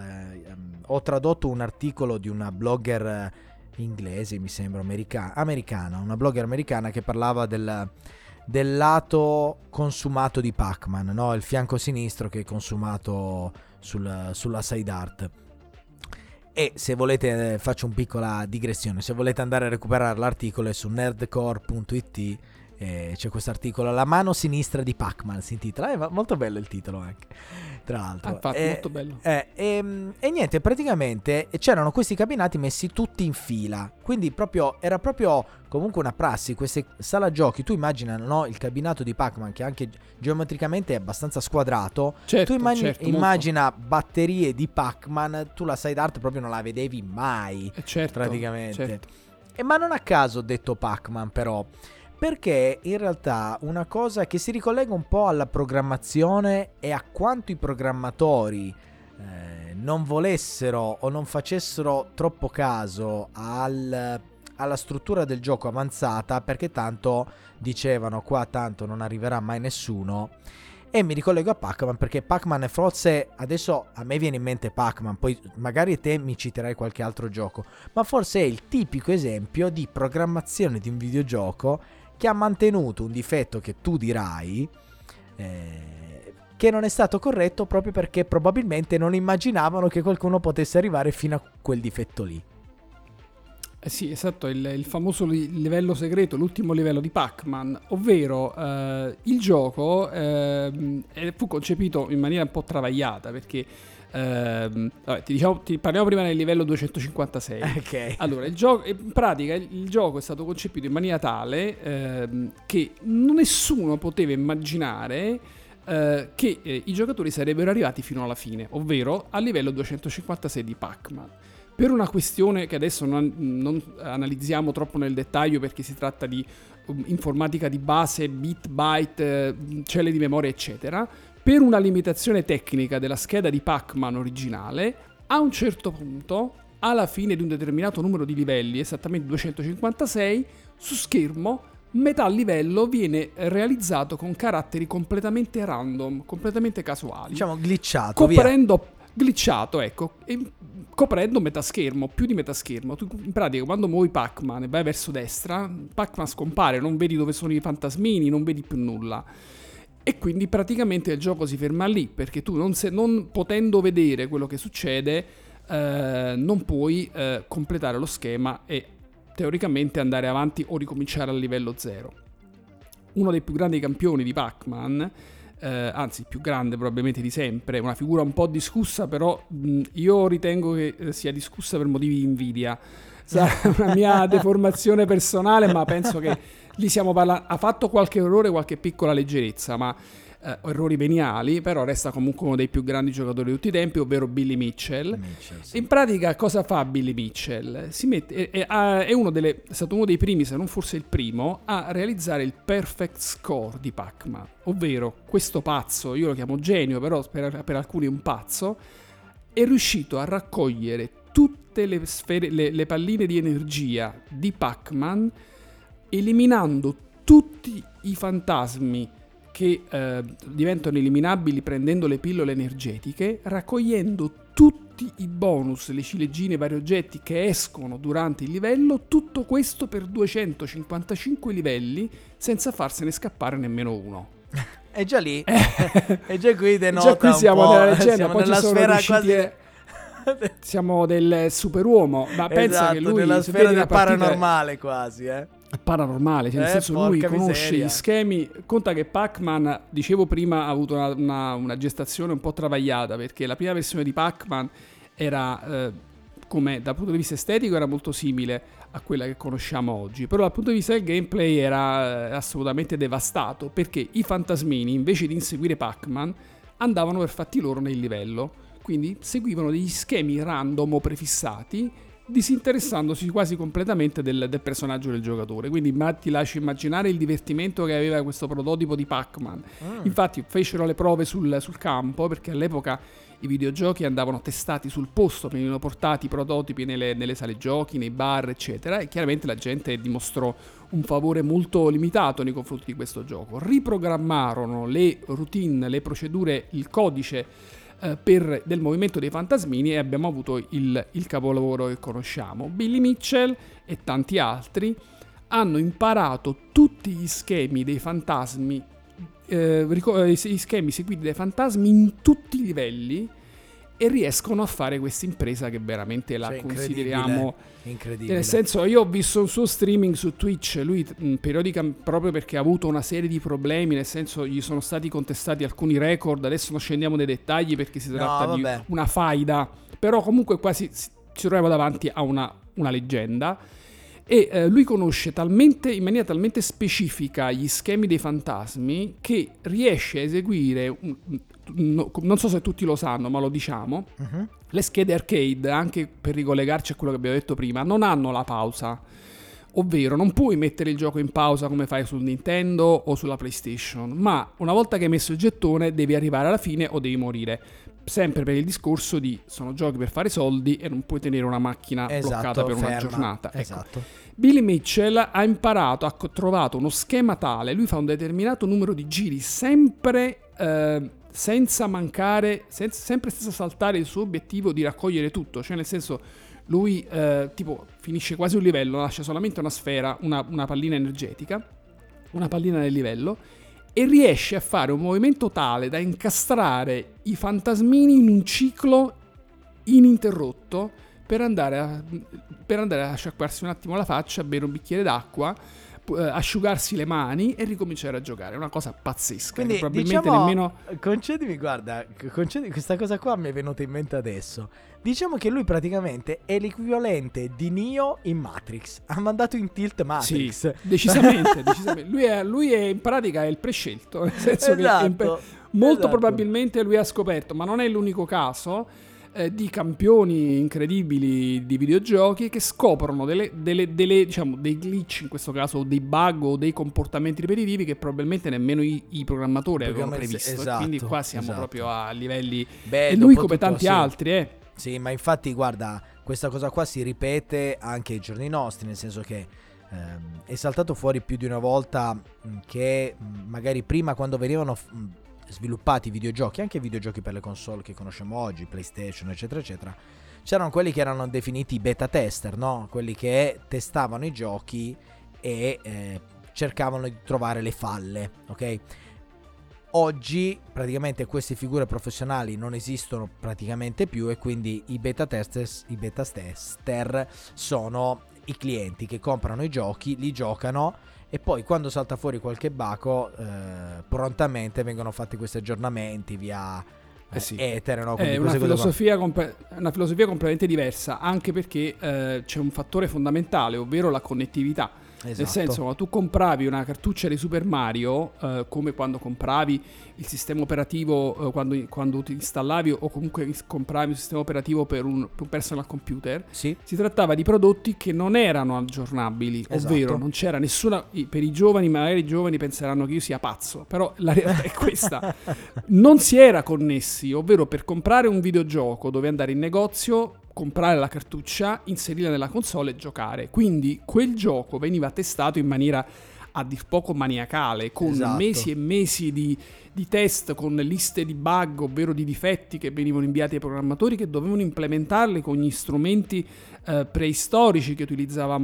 Ho tradotto un articolo di una blogger inglese, mi sembra americana, una blogger americana, che parlava del lato consumato di Pac-Man, no? Il fianco sinistro che è consumato sulla side art. E se volete, faccio un piccola digressione, se volete andare a recuperare l'articolo è su nerdcore.it, c'è questo articolo, La mano sinistra di Pac-Man si intitola, è molto bello il titolo anche, tra l'altro. Infatti, molto bello. E niente, praticamente c'erano questi cabinati messi tutti in fila, quindi era proprio comunque una prassi. Queste sala giochi, tu immagina, no, il cabinato di Pac-Man, che anche geometricamente è abbastanza squadrato, tu immagina molto. Batterie di Pac-Man, tu la side art proprio non la vedevi mai, praticamente. Certo. Ma non a caso ho detto Pac-Man, però, perché in realtà una cosa che si ricollega un po' alla programmazione e a quanto i programmatori non volessero o non facessero troppo caso alla struttura del gioco avanzata, perché tanto dicevano qua tanto non arriverà mai nessuno. E mi ricollego a Pac-Man, perché Pac-Man è forse, adesso a me viene in mente Pac-Man, poi magari te mi citerai qualche altro gioco, ma forse è il tipico esempio di programmazione di un videogioco che ha mantenuto un difetto che tu dirai che non è stato corretto, proprio perché probabilmente non immaginavano che qualcuno potesse arrivare fino a quel difetto lì. Sì, esatto, il famoso livello segreto, l'ultimo livello di Pac-Man, ovvero il gioco fu concepito in maniera un po' travagliata, perché ti parliamo prima del livello 256. Okay. Allora, in pratica il gioco è stato concepito in maniera tale che nessuno poteva immaginare che i giocatori sarebbero arrivati fino alla fine, ovvero al livello 256 di Pac-Man. Per una questione che adesso non analizziamo troppo nel dettaglio, perché si tratta di informatica di base, bit, byte, celle di memoria, eccetera, per una limitazione tecnica della scheda di Pac-Man originale, a un certo punto, alla fine di un determinato numero di livelli, esattamente 256, su schermo metà livello viene realizzato con caratteri completamente random, completamente casuali. Diciamo glitchato, ecco, e coprendo metà schermo, più di metà schermo. Tu in pratica quando muovi Pac-Man e vai verso destra, Pac-Man scompare, non vedi dove sono i fantasmini, non vedi più nulla. E quindi praticamente il gioco si ferma lì, perché tu non potendo vedere quello che succede, non puoi completare lo schema e teoricamente andare avanti o ricominciare al livello 0. Uno dei più grandi campioni di Pac-Man, anzi più grande probabilmente di sempre, una figura un po' discussa, però io ritengo che sia discussa per motivi di invidia. Sarà una mia deformazione personale, ma penso che lì stiamo parlando, ha fatto qualche errore, qualche piccola leggerezza, ma errori veniali, però resta comunque uno dei più grandi giocatori di tutti i tempi, ovvero Billy Mitchell. Sì. In pratica cosa fa Billy Mitchell? È stato uno dei primi, se non forse il primo, a realizzare il perfect score di Pac-Man, ovvero questo pazzo, io lo chiamo genio, però per alcuni è un pazzo, è riuscito a raccogliere tutte le sfere, le palline di energia di Pac-Man, eliminando tutti i fantasmi che diventano eliminabili prendendo le pillole energetiche, raccogliendo tutti tutti i bonus, le ciliegine, i vari oggetti che escono durante il livello, tutto questo per 255 livelli senza farsene scappare nemmeno uno. È già lì, è già qui denota già qui siamo nella leggenda, siamo poi nella ci sono sfera riusciti quasi... siamo del superuomo, ma pensa che lui nella se sfera vedi del la partita paranormale quasi, paranormale, cioè nel senso lui porca conosce miseria. gli schemi. Conta che Pac-Man, dicevo prima, ha avuto una gestazione un po' travagliata, perché la prima versione di Pac-Man era come dal punto di vista estetico era molto simile a quella che conosciamo oggi, però dal punto di vista del gameplay era assolutamente devastato, perché i fantasmini invece di inseguire Pac-Man andavano per fatti loro nel livello, quindi seguivano degli schemi random o prefissati, disinteressandosi quasi completamente del personaggio del giocatore. Quindi ti lascio immaginare il divertimento che aveva questo prototipo di Pac-Man. Infatti fecero le prove sul campo, perché all'epoca i videogiochi andavano testati sul posto, venivano portati i prototipi nelle sale giochi, nei bar, eccetera, e chiaramente la gente dimostrò un favore molto limitato nei confronti di questo gioco. Riprogrammarono le routine, le procedure, il codice del movimento dei fantasmini, e abbiamo avuto il capolavoro che conosciamo. Billy Mitchell e tanti altri hanno imparato tutti gli schemi dei fantasmi, gli schemi seguiti dai fantasmi in tutti i livelli, e riescono a fare questa impresa che veramente la consideriamo incredibile. Nel senso, io ho visto un suo streaming su Twitch, lui proprio perché ha avuto una serie di problemi, nel senso gli sono stati contestati alcuni record, adesso non scendiamo nei dettagli perché si tratta di una faida, però comunque quasi ci troviamo davanti a una leggenda. E lui conosce in maniera talmente specifica gli schemi dei fantasmi che riesce a eseguire, non so se tutti lo sanno, ma lo diciamo, le schede arcade, anche per ricollegarci a quello che abbiamo detto prima, non hanno la pausa. Ovvero non puoi mettere il gioco in pausa come fai sul Nintendo o sulla PlayStation, ma una volta che hai messo il gettone devi arrivare alla fine o devi morire. Sempre per il discorso di sono giochi per fare soldi e non puoi tenere una macchina bloccata per una giornata. Esatto. Billy Mitchell ha imparato, ha trovato uno schema tale, lui fa un determinato numero di giri sempre senza mancare, sempre senza saltare il suo obiettivo di raccogliere tutto, cioè nel senso lui tipo finisce quasi un livello, lascia solamente una sfera, una pallina energetica, una pallina nel livello, e riesce a fare un movimento tale da incastrare i fantasmini in un ciclo ininterrotto per andare a sciacquarsi un attimo la faccia, bere un bicchiere d'acqua, asciugarsi le mani e ricominciare a giocare. È una cosa pazzesca. Quindi probabilmente nemmeno... concedimi, questa cosa qua mi è venuta in mente adesso. Diciamo che lui praticamente è l'equivalente di Neo in Matrix. Ha mandato in tilt Matrix. Sì, decisamente. Lui è in pratica è il prescelto, nel senso che molto probabilmente lui ha scoperto, ma non è l'unico caso, di campioni incredibili di videogiochi che scoprono diciamo, dei glitch, in questo caso, o dei bug o dei comportamenti ripetitivi che probabilmente nemmeno i programmatori avevano previsto. Esatto, quindi qua siamo proprio a livelli... Beh, e lui come tanti altri, Sì, ma infatti guarda, questa cosa qua si ripete anche ai giorni nostri, nel senso che è saltato fuori più di una volta che magari prima, quando venivano sviluppati videogiochi, anche videogiochi per le console che conosciamo oggi, PlayStation eccetera eccetera, c'erano quelli che erano definiti beta tester, no? Quelli che testavano i giochi e cercavano di trovare le falle, ok? Oggi praticamente queste figure professionali non esistono praticamente più, e quindi i beta tester sono i clienti che comprano i giochi, li giocano, e poi quando salta fuori qualche baco prontamente vengono fatti questi aggiornamenti via etere, no? È una filosofia completamente diversa, anche perché c'è un fattore fondamentale, ovvero la connettività. Esatto. Nel senso, quando tu compravi una cartuccia di Super Mario, come quando compravi il sistema operativo, quando ti installavi o comunque compravi un sistema operativo per un personal computer, sì, si trattava di prodotti che non erano aggiornabili, esatto, ovvero non c'era nessuna... Per i giovani, magari i giovani penseranno che io sia pazzo, però la realtà è questa. Non si era connessi, ovvero per comprare un videogioco dovevi andare in negozio, comprare la cartuccia, inserirla nella console e giocare. Quindi quel gioco veniva testato in maniera a dir poco maniacale, con Esatto. mesi e mesi di test, con liste di bug, ovvero di difetti che venivano inviati ai programmatori che dovevano implementarli con gli strumenti preistorici che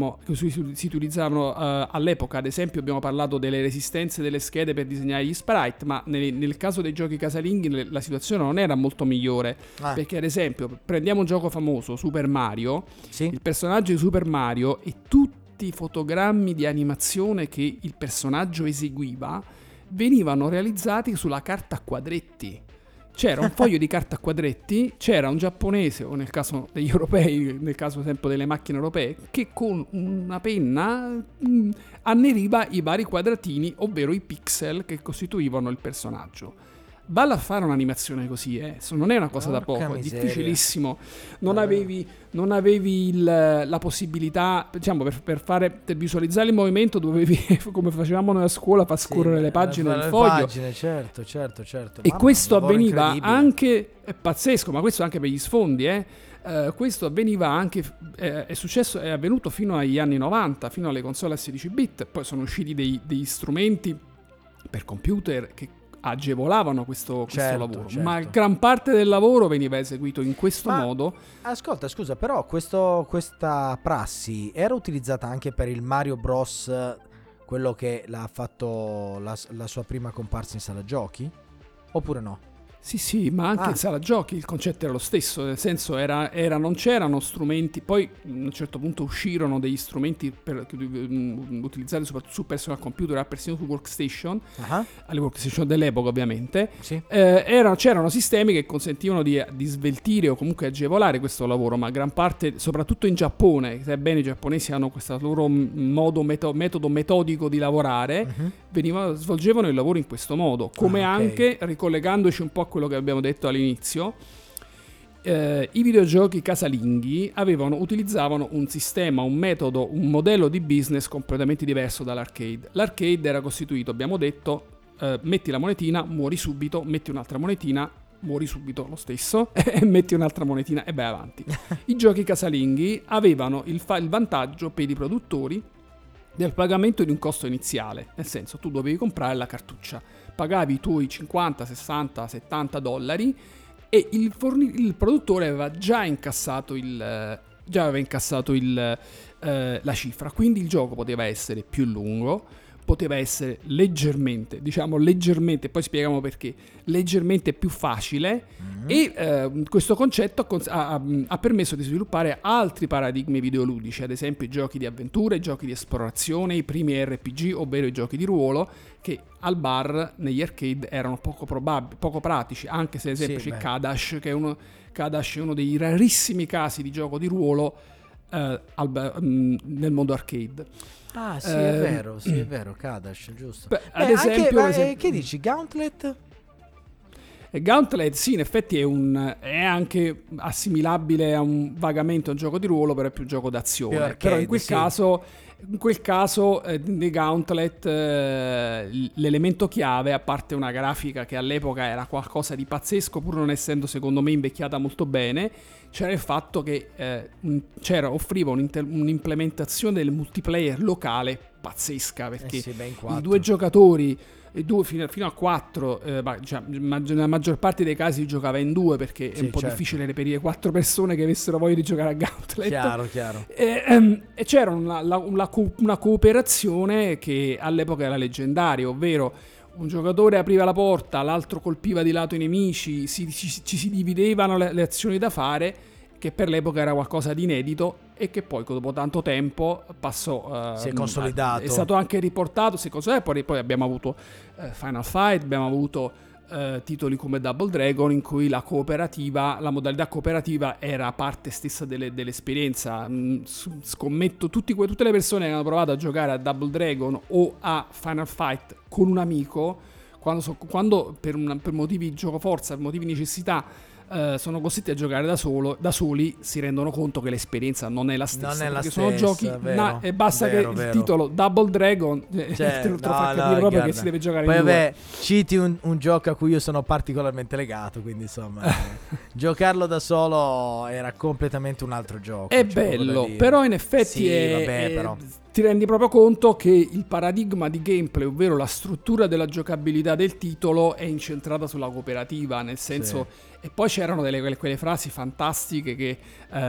si utilizzavano all'epoca. Ad esempio abbiamo parlato delle resistenze delle schede per disegnare gli sprite, ma nel caso dei giochi casalinghi la situazione non era molto migliore, perché ad esempio prendiamo un gioco famoso, Super Mario, Sì. il personaggio di Super Mario e tutti i fotogrammi di animazione che il personaggio eseguiva venivano realizzati sulla carta a quadretti. C'era un foglio di carta a quadretti, c'era un giapponese, o nel caso degli europei, nel caso esempio delle macchine europee, che con una penna anneriva i vari quadratini, ovvero i pixel che costituivano il personaggio. Valla a fare un'animazione così, non è una cosa da Porca poco, miseria. è difficilissimo. Non avevi la possibilità, diciamo, per visualizzare il movimento dovevi, come facevamo noi a scuola, far scorrere le pagine del foglio. Pagine, certo. E Mamma, questo un lavoro avveniva incredibile. anche, è pazzesco, ma questo anche per gli sfondi, questo avveniva anche, è avvenuto fino agli anni 90, fino alle console a 16 bit, poi sono usciti degli strumenti per computer che agevolavano questo lavoro, certo. ma gran parte del lavoro veniva eseguito in questo modo. Ascolta, scusa, però questa prassi era utilizzata anche per il Mario Bros, quello che l'ha fatto la sua prima comparsa in sala giochi? Oppure no? Sì, ma anche in sala giochi il concetto era lo stesso, nel senso non c'erano strumenti, poi a un certo punto uscirono degli strumenti utilizzati soprattutto su personal computer, persino su workstation, alle workstation dell'epoca ovviamente. Sì. C'erano sistemi che consentivano di sveltire o comunque agevolare questo lavoro, ma gran parte, soprattutto in Giappone, sebbene i giapponesi hanno questo loro metodo metodico di lavorare, svolgevano il lavoro in questo modo, come anche, ricollegandoci un po' a quello che abbiamo detto all'inizio, i videogiochi casalinghi utilizzavano un sistema, un metodo, un modello di business completamente diverso dall'arcade. L'arcade era costituito, abbiamo detto, metti la monetina, muori subito, metti un'altra monetina, muori subito lo stesso, e metti un'altra monetina e vai avanti. I giochi casalinghi avevano il vantaggio per i produttori del pagamento di un costo iniziale, nel senso tu dovevi comprare la cartuccia, pagavi i tuoi 50, 60, 70 dollari e il produttore aveva già incassato la cifra, quindi il gioco poteva essere più lungo, poteva essere leggermente, poi spieghiamo perché, leggermente più facile, e questo concetto ha permesso di sviluppare altri paradigmi videoludici, ad esempio i giochi di avventura, i giochi di esplorazione, i primi RPG, ovvero i giochi di ruolo, che al bar, negli arcade, erano poco pratici, anche se ad esempio c'è Kadash, che è uno dei rarissimi casi di gioco di ruolo nel mondo arcade. Ah, sì, è vero, Kadash, giusto. Ad esempio, che dici, Gauntlet? Gauntlet, sì, in effetti è anche assimilabile vagamente a un gioco di ruolo, però è più gioco d'azione. Arcade, però in quel caso nei Gauntlet l'elemento chiave, a parte una grafica che all'epoca era qualcosa di pazzesco, pur non essendo secondo me invecchiata molto bene, c'era il fatto che offriva un'implementazione del multiplayer locale pazzesca, perché i due giocatori, fino a 4, nella maggior parte dei casi si giocava in 2, perché è un po' difficile reperire 4 persone che avessero voglia di giocare a Gauntlet. Chiaro. E c'era una cooperazione che all'epoca era leggendaria, ovvero un giocatore apriva la porta, l'altro colpiva di lato i nemici, ci si dividevano le azioni da fare, che per l'epoca era qualcosa di inedito e che poi dopo tanto tempo si è consolidato. È stato anche riportato, poi abbiamo avuto Final Fight, abbiamo avuto titoli come Double Dragon, in cui la modalità cooperativa era parte stessa dell'esperienza. Scommetto tutte le persone che hanno provato a giocare a Double Dragon o a Final Fight con un amico, quando per motivi di giocoforza, per motivi di necessità, sono costretti a giocare da soli, si rendono conto che l'esperienza non è la stessa, perché sono giochi e basta che il titolo Double Dragon te lo fa capire proprio che si deve giocare poi in due. Citi un gioco a cui io sono particolarmente legato, quindi insomma giocarlo da solo era completamente un altro gioco. È bello, però in effetti però ti rendi proprio conto che il paradigma di gameplay, ovvero la struttura della giocabilità del titolo, è incentrata sulla cooperativa, nel senso... E poi c'erano quelle frasi fantastiche che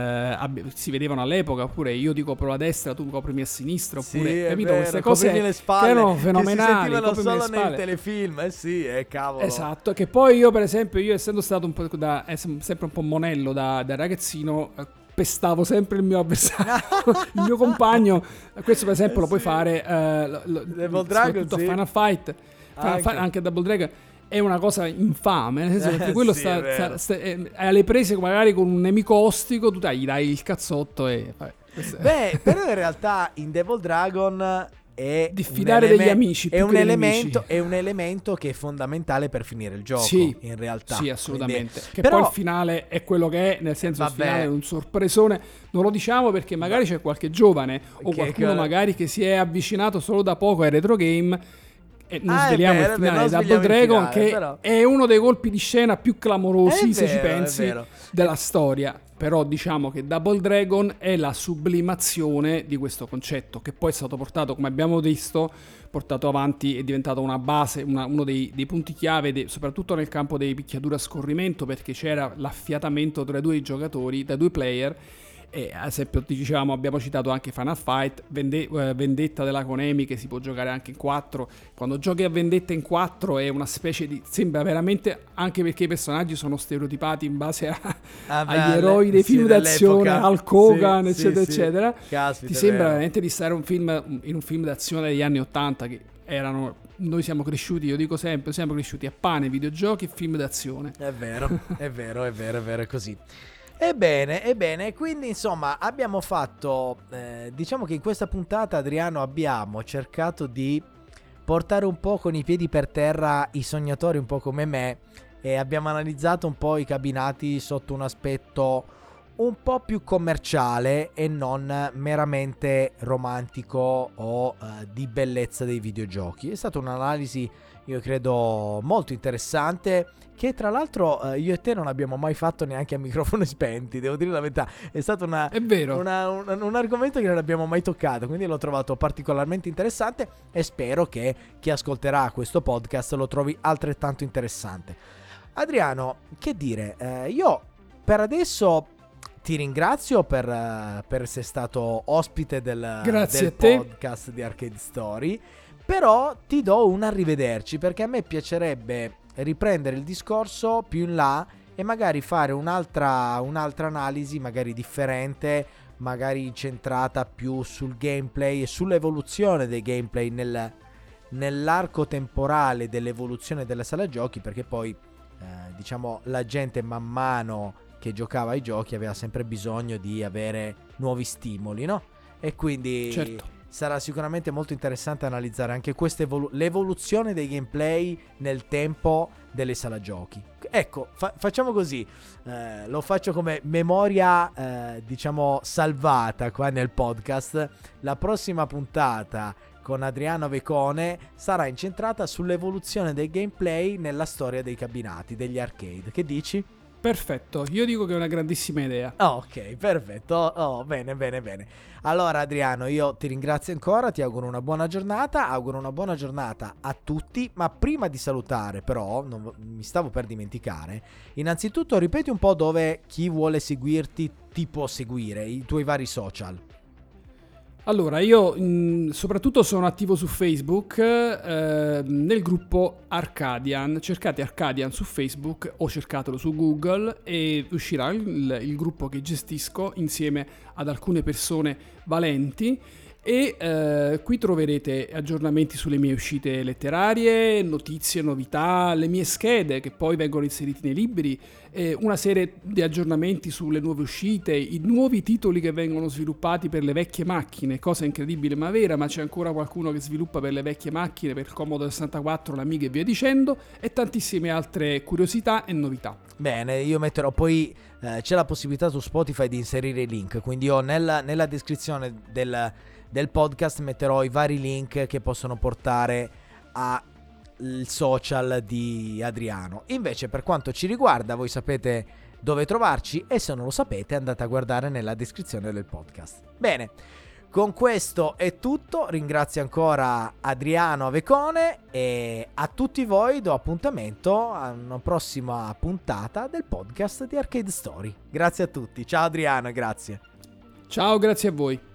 si vedevano all'epoca, oppure io ti copro la destra, tu coprimi a sinistra, oppure capito, vero, queste cose le spalle, che erano fenomenali, che si sentivano solo nei telefilm, cavolo. Esatto, che poi io per esempio, essendo stato un po' sempre un po' monello da ragazzino, pestavo sempre il mio avversario, il mio compagno. Questo per esempio lo puoi fare Double Dragon, soprattutto a Final Fight, anche Double Dragon. È una cosa infame, nel senso perché quello è alle prese magari con un nemico ostico, tu gli dai il cazzotto e... Beh, però in realtà in Double Dragon è diffidare degli amici, è un elemento che è fondamentale per finire il gioco, in realtà. Sì, assolutamente. Quindi, che però, poi il finale è quello che è, nel senso il finale è un sorpresone. Non lo diciamo perché magari c'è qualche giovane o qualcuno magari che si è avvicinato solo da poco ai retro game. E non sveliamo il finale di Double Dragon, che però è uno dei colpi di scena più clamorosi, se ci pensi, della storia. Però diciamo che Double Dragon è la sublimazione di questo concetto, che poi è stato portato, come abbiamo visto, portato avanti, è diventato una base, uno dei punti chiave, soprattutto nel campo dei picchiaduro a scorrimento, perché c'era l'affiatamento tra i due giocatori, da due player. E ad esempio dicevamo, abbiamo citato anche Final Fight, Vendetta della Konami, che si può giocare anche in 4. Quando giochi a Vendetta in 4 è una specie di... sembra veramente, anche perché i personaggi sono stereotipati in base agli eroi dei film d'azione, Hulk Hogan, eccetera eccetera. Caspita, ti sembra veramente di stare in un film d'azione degli anni 80, che erano... Noi siamo cresciuti, io dico sempre, siamo cresciuti a pane, videogiochi e film d'azione. È vero, è così. Ebbene, quindi insomma abbiamo fatto, diciamo che in questa puntata, Adriano, abbiamo cercato di portare un po' con i piedi per terra i sognatori un po' come me, e abbiamo analizzato un po' i cabinati sotto un aspetto un po' più commerciale e non meramente romantico o di bellezza dei videogiochi. È stata un'analisi, io credo, molto interessante, che tra l'altro io e te non abbiamo mai fatto neanche a microfoni spenti, devo dire la verità. È stato un argomento che non abbiamo mai toccato, quindi l'ho trovato particolarmente interessante e spero che chi ascolterà questo podcast lo trovi altrettanto interessante. Adriano, che dire, io per adesso ti ringrazio per essere stato ospite del podcast di Arcade Story, però ti do un arrivederci, perché a me piacerebbe riprendere il discorso più in là e magari fare un'altra analisi, magari differente, magari centrata più sul gameplay e sull'evoluzione dei gameplay nell'arco temporale dell'evoluzione della sala giochi, perché poi diciamo la gente man mano che giocava ai giochi aveva sempre bisogno di avere nuovi stimoli, no? E quindi sarà sicuramente molto interessante analizzare anche l'evoluzione dei gameplay nel tempo delle sala giochi. Ecco, facciamo così, lo faccio come memoria diciamo salvata qua nel podcast. La prossima puntata con Adriano Vecone sarà incentrata sull'evoluzione del gameplay nella storia dei cabinati, degli arcade. Che dici? Perfetto, io dico che è una grandissima idea. Ok, perfetto. Bene. Allora Adriano, io ti ringrazio ancora, ti auguro una buona giornata, a tutti, ma prima di salutare però, mi stavo per dimenticare, innanzitutto ripeti un po' dove chi vuole seguirti ti può seguire, i tuoi vari social. Allora, io soprattutto sono attivo su Facebook, nel gruppo Arcadian. Cercate Arcadian su Facebook o cercatelo su Google e uscirà il gruppo che gestisco insieme ad alcune persone valenti. E qui troverete aggiornamenti sulle mie uscite letterarie, notizie, novità, le mie schede che poi vengono inserite nei libri, una serie di aggiornamenti sulle nuove uscite, i nuovi titoli che vengono sviluppati per le vecchie macchine, cosa incredibile ma vera, ma c'è ancora qualcuno che sviluppa per le vecchie macchine, per il Commodore 64, l'Amiga e via dicendo, e tantissime altre curiosità e novità. Bene, io metterò poi, c'è la possibilità su Spotify di inserire i link, quindi io nella descrizione del podcast metterò i vari link che possono portare al social di Adriano. Invece per quanto ci riguarda, voi sapete dove trovarci, e se non lo sapete andate a guardare nella descrizione del podcast. Bene, Con questo è tutto, ringrazio ancora Adriano Avecone e a tutti voi do appuntamento a una prossima puntata del podcast di Arcade Story. Grazie a tutti, ciao Adriano, grazie. Ciao, grazie a voi.